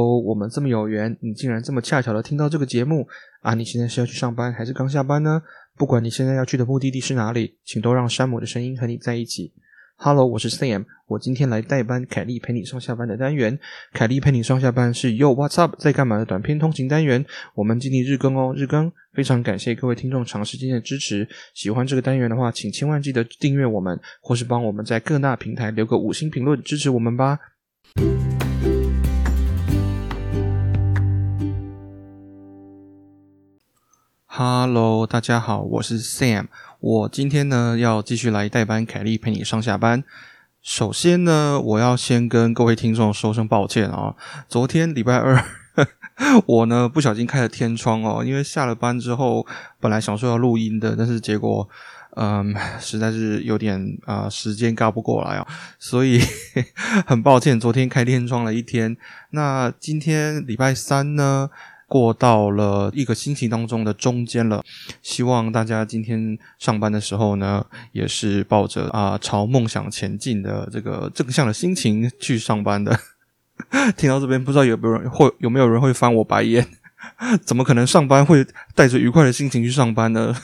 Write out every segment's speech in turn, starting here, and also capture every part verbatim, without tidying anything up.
Hello， 我们这么有缘，你竟然这么恰巧的听到这个节目啊！你现在是要去上班还是刚下班呢？不管你现在要去的目的地是哪里，请都让山姆的声音和你在一起。Hello， 我是 Sam， 我今天来代班凯莉陪你上下班的单元。凯莉陪你上下班是 Yo What's Up 在干嘛的短篇通勤单元，我们今天日更哦，日更。非常感谢各位听众长时间的支持，喜欢这个单元的话，请千万记得订阅我们，或是帮我们在各大平台留个五星评论支持我们吧。Hello， 大家好，我是 Sam。我今天呢要继续来代班凯莉陪你上下班。首先呢，我要先跟各位听众说声抱歉哦。昨天礼拜二，我呢不小心开了天窗哦，因为下了班之后，本来想说要录音的，但是结果，嗯，实在是有点啊、呃、时间赶不过来哦，所以很抱歉，昨天开天窗了一天。那今天礼拜三呢？过到了一个星期当中的中间了，希望大家今天上班的时候呢，也是抱着啊、呃、朝梦想前进的这个正向的心情去上班的。听到这边，不知道有没有人会有没有人会翻我白眼？怎么可能上班会带着愉快的心情去上班呢？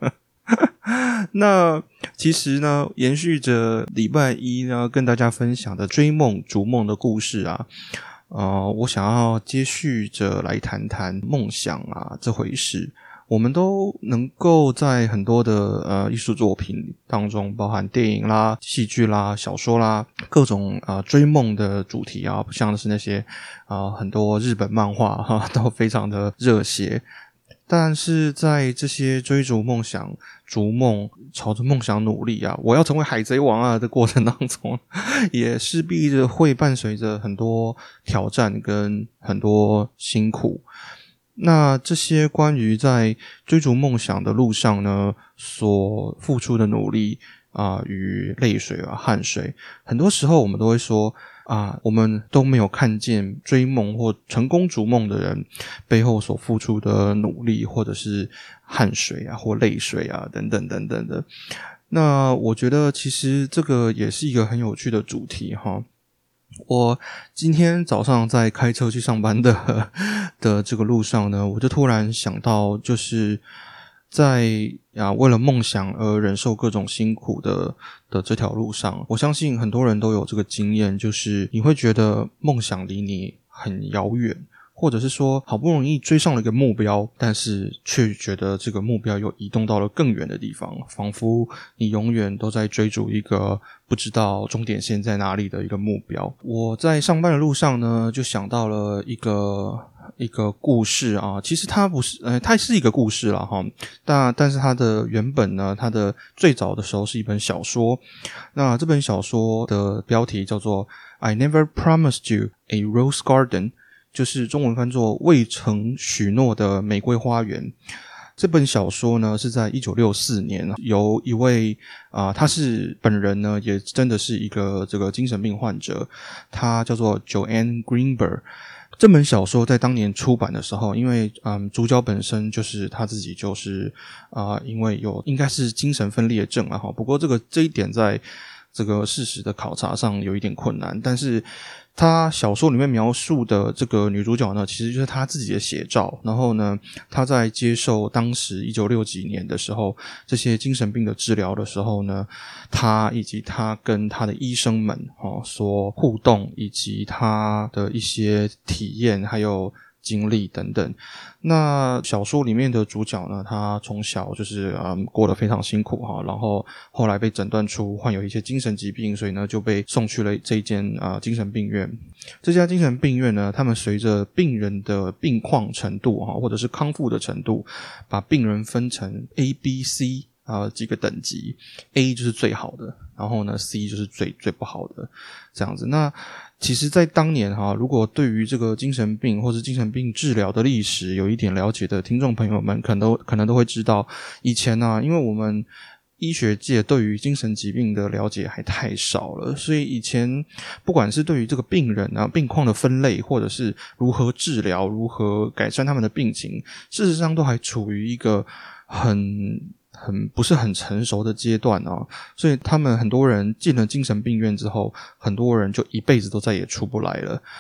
那其实呢，延续着礼拜一呢跟大家分享的追梦逐梦的故事啊。呃，我想要接续着来谈谈梦想啊这回事。我们都能够在很多的呃艺术作品当中，包含电影啦、戏剧啦、小说啦，各种啊、呃、追梦的主题啊，像是那些啊、呃、很多日本漫画哈，都非常的热血。但是在这些追逐梦想、逐梦、朝着梦想努力啊，我要成为海贼王啊的过程当中，也势必着会伴随着很多挑战跟很多辛苦。那这些关于在追逐梦想的路上呢，所付出的努力啊、呃、与泪水啊汗水，很多时候我们都会说啊，我们都没有看见追梦或成功逐梦的人背后所付出的努力，或者是汗水啊或泪水啊等等等等的。那我觉得其实这个也是一个很有趣的主题哈。我今天早上在开车去上班的的这个路上呢，我就突然想到，就是在啊为了梦想而忍受各种辛苦的的这条路上，我相信很多人都有这个经验，就是你会觉得梦想离你很遥远，或者是说好不容易追上了一个目标，但是却觉得这个目标又移动到了更远的地方，仿佛你永远都在追逐一个不知道终点线在哪里的一个目标。我在上班的路上呢，就想到了一个一个故事啊，其实它不是呃，它是一个故事啦齁，但但是它的原本呢，它的最早的时候是一本小说。那这本小说的标题叫做 I Never Promised You a Rose Garden， 就是中文翻作未曾许诺的玫瑰花园。这本小说呢是在一九六四年由一位啊、呃，他是本人呢也真的是一个这个精神病患者，他叫做 Joanne Greenberg。这本小说在当年出版的时候，因为嗯主角本身就是他自己就是啊、呃、因为有应该是精神分裂症啊哈，不过这个这一点在这个事实的考察上有一点困难，但是他小说里面描述的这个女主角呢，其实就是他自己的写照。然后呢，他在接受当时一九六几年的时候这些精神病的治疗的时候呢，他以及他跟他的医生们哦所互动，以及他的一些体验还有经历等等。那小说里面的主角呢，他从小就是嗯过得非常辛苦哈，然后后来被诊断出患有一些精神疾病，所以呢就被送去了这一间啊、呃、精神病院。这家精神病院呢，他们随着病人的病况程度哈，或者是康复的程度，把病人分成 A、B、C 啊、呃、几个等级。A 就是最好的，然后呢 C 就是最最不好的这样子。那其实在当年哈，如果对于这个精神病或是精神病治疗的历史有一点了解的听众朋友们，可能都可能都会知道，以前啊，因为我们医学界对于精神疾病的了解还太少了，所以以前不管是对于这个病人啊病况的分类，或者是如何治疗、如何改善他们的病情，事实上都还处于一个很很不是很成熟的阶段啊，所以他们很多人进了精神病院之后，很多人就一辈子都再也出不来了。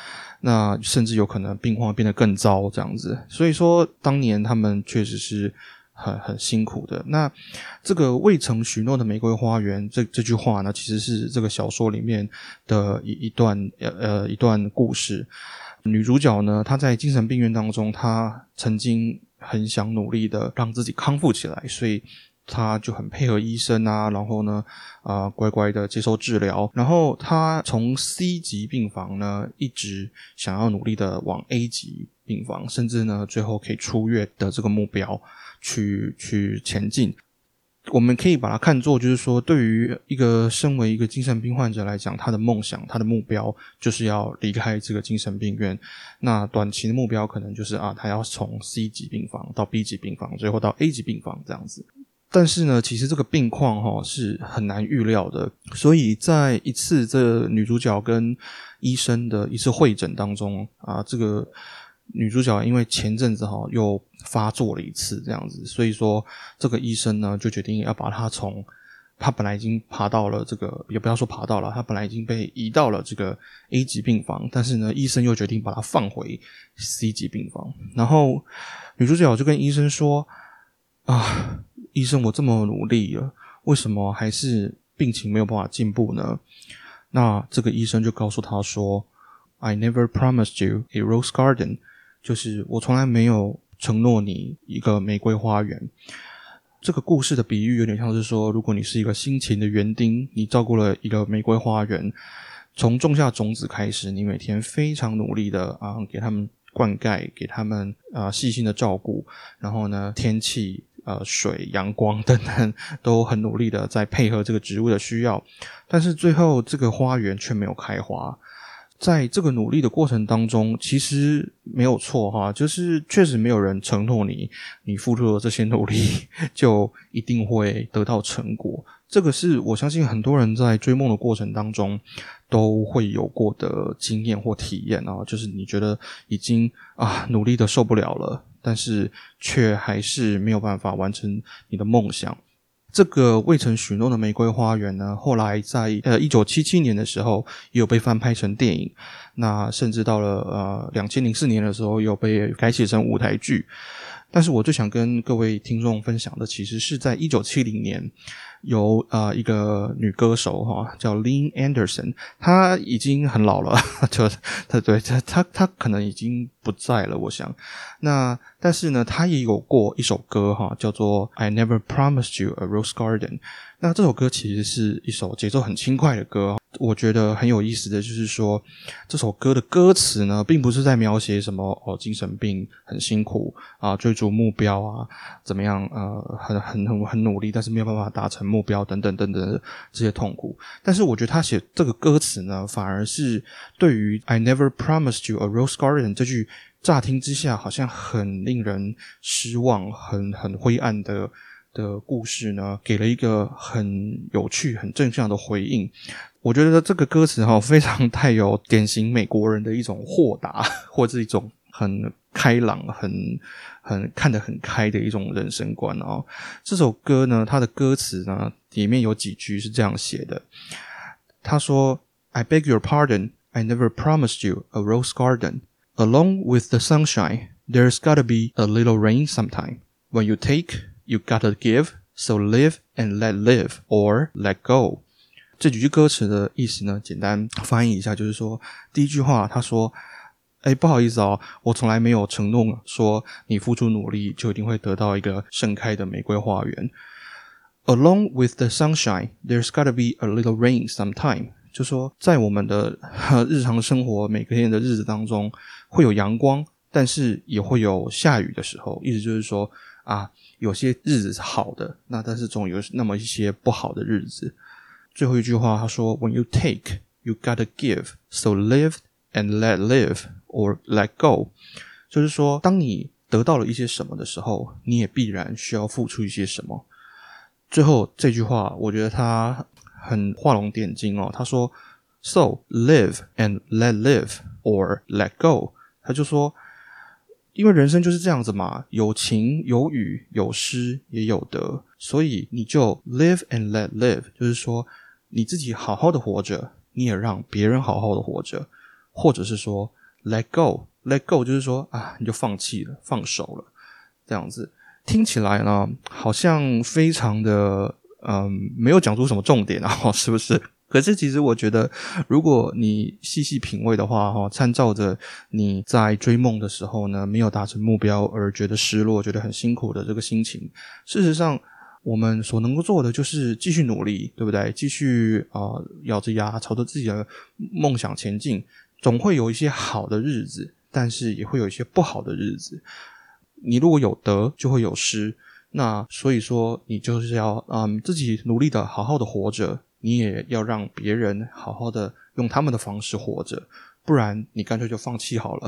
那甚至有可能病况变得更糟这样子。所以说当年他们确实是很很辛苦的。那这个未曾许诺的玫瑰花园这这句话呢，其实是这个小说里面的一一段呃一段故事。女主角呢，她在精神病院当中，她曾经很想努力的让自己康复起来，所以她就很配合医生啊，然后呢呃乖乖的接受治疗。然后她从 C 级病房呢一直想要努力的往 A 级病房，甚至呢最后可以出院的这个目标去去前进。我们可以把它看作就是说，对于一个身为一个精神病患者来讲，他的梦想他的目标就是要离开这个精神病院。那短期的目标可能就是啊，他要从 C 级病房到 B 级病房，最后到 A 级病房这样子。但是呢，其实这个病况齁是很难预料的，所以在一次这女主角跟医生的一次会诊当中啊，这个女主角因为前阵子齁又发作了一次这样子，所以说这个医生呢就决定要把她从她本来已经爬到了这个，也不要说爬到了，她本来已经被移到了这个 A 级病房，但是呢医生又决定把她放回 C 级病房。然后女主角就跟医生说啊，医生我这么努力了，为什么还是病情没有办法进步呢？那这个医生就告诉她说 I never promised you a rose garden， 就是我从来没有承诺你一个玫瑰花园。这个故事的比喻有点像是说，如果你是一个辛勤的园丁，你照顾了一个玫瑰花园，从种下种子开始，你每天非常努力的啊，给他们灌溉，给他们啊细心的照顾，然后呢天气呃水阳光等等都很努力的在配合这个植物的需要，但是最后这个花园却没有开花。在这个努力的过程当中，其实没有错哈，就是确实没有人承诺你你付出的这些努力就一定会得到成果。这个是我相信很多人在追梦的过程当中都会有过的经验或体验啊，就是你觉得已经啊努力的受不了了，但是却还是没有办法完成你的梦想。这个未曾许诺的玫瑰花园呢，后来在呃一九七七年的时候也有被翻拍成电影，那甚至到了呃二零零四年的时候有被改写成舞台剧。但是我最想跟各位听众分享的，其实是在一九七零年由呃一个女歌手哈叫 Lynn Anderson， 她已经很老了，就她对她她她可能已经不在了，我想。那但是呢，她也有过一首歌哈，叫做 I Never Promised You a Rose Garden。那这首歌其实是一首节奏很轻快的歌，我觉得很有意思的就是说，这首歌的歌词呢，并不是在描写什么哦精神病很辛苦啊，追逐目标啊，怎么样呃很很很很努力，但是没有办法达成目标等等等等的这些痛苦。但是我觉得他写这个歌词呢，反而是对于 I never promised you a rose garden 这句乍听之下好像很令人失望、很很灰暗的。的故事呢，给了一个很有趣很正向的回应。我觉得这个歌词齁非常带有典型美国人的一种豁达，或者一种很开朗很很看得很开的一种人生观哦。这首歌呢，它的歌词呢里面有几句是这样写的，他说 I beg your pardon, I never promised you a rose garden. Along with the sunshine, there's gotta be a little rain sometime. When you take,You gotta give, so live and let live, or let go. 这几句歌词的意思呢，简单翻译一下，就是说，第一句话他说，哎，不好意思哦，我从来没有承诺说你付出努力就一定会得到一个盛开的玫瑰花园。Along with the sunshine, there's gotta be a little rain sometime. 就说在我们的日常生活每个天的日子当中会有阳光，但是也会有下雨的时候，意思就是说啊，有些日子是好的，那但是总有那么一些不好的日子。最后一句话他说 When you take, you gotta give, so live and let live, or let go. 就是说当你得到了一些什么的时候，你也必然需要付出一些什么。最后这句话我觉得他很画龙点睛哦，他说 So live and let live, or let go. 他就说因为人生就是这样子嘛，有晴有雨有失也有得，所以你就 live and let live， 就是说你自己好好的活着，你也让别人好好的活着，或者是说 let go let go 就是说啊，你就放弃了，放手了，这样子听起来呢好像非常的嗯，没有讲出什么重点啊，是不是？可是其实我觉得如果你细细品味的话，参照着你在追梦的时候呢没有达成目标而觉得失落，觉得很辛苦的这个心情，事实上我们所能够做的就是继续努力，对不对？继续呃咬着牙朝着自己的梦想前进，总会有一些好的日子，但是也会有一些不好的日子。你如果有得就会有失，那所以说你就是要嗯自己努力的好好的活着，你也要让别人好好的用他们的方式活着，不然你干脆就放弃好了。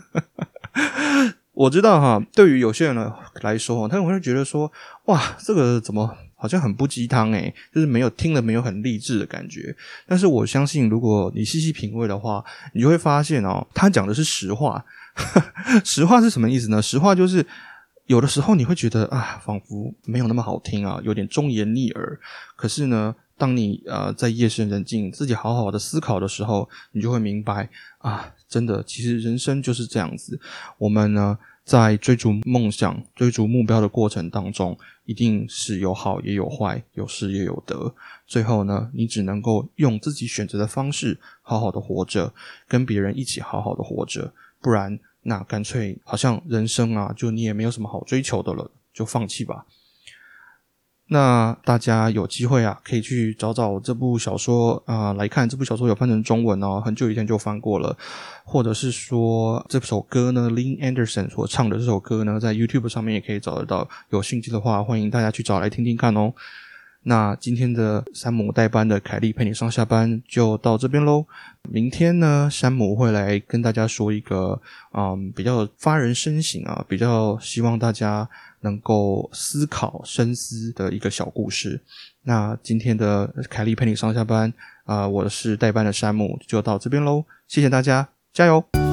我知道哈，对于有些人来说，他们会觉得说，哇，这个怎么好像很不鸡汤诶，就是没有听了没有很励志的感觉。但是我相信，如果你细细品味的话，你就会发现哦，他讲的是实话。实话是什么意思呢？实话就是有的时候你会觉得啊，仿佛没有那么好听啊，有点忠言逆耳。可是呢，当你呃在夜深人静自己好好的思考的时候，你就会明白啊，真的其实人生就是这样子。我们呢在追逐梦想追逐目标的过程当中，一定是有好也有坏，有失也有得。最后呢，你只能够用自己选择的方式好好的活着，跟别人一起好好的活着，不然那干脆好像人生啊就你也没有什么好追求的了，就放弃吧。那大家有机会啊可以去找找这部小说啊、呃、来看，这部小说有翻成中文哦，很久以前就翻过了。或者是说这首歌呢 Lynn Anderson 所唱的这首歌呢在 YouTube 上面也可以找得到，有兴趣的话欢迎大家去找来听听看哦。那今天的山姆代班的凯莉陪你上下班就到这边咯。明天呢山姆会来跟大家说一个嗯比较发人深省啊，比较希望大家能够思考深思的一个小故事。那今天的凯莉陪你上下班啊、呃，我是代班的山姆就到这边咯，谢谢大家，加油。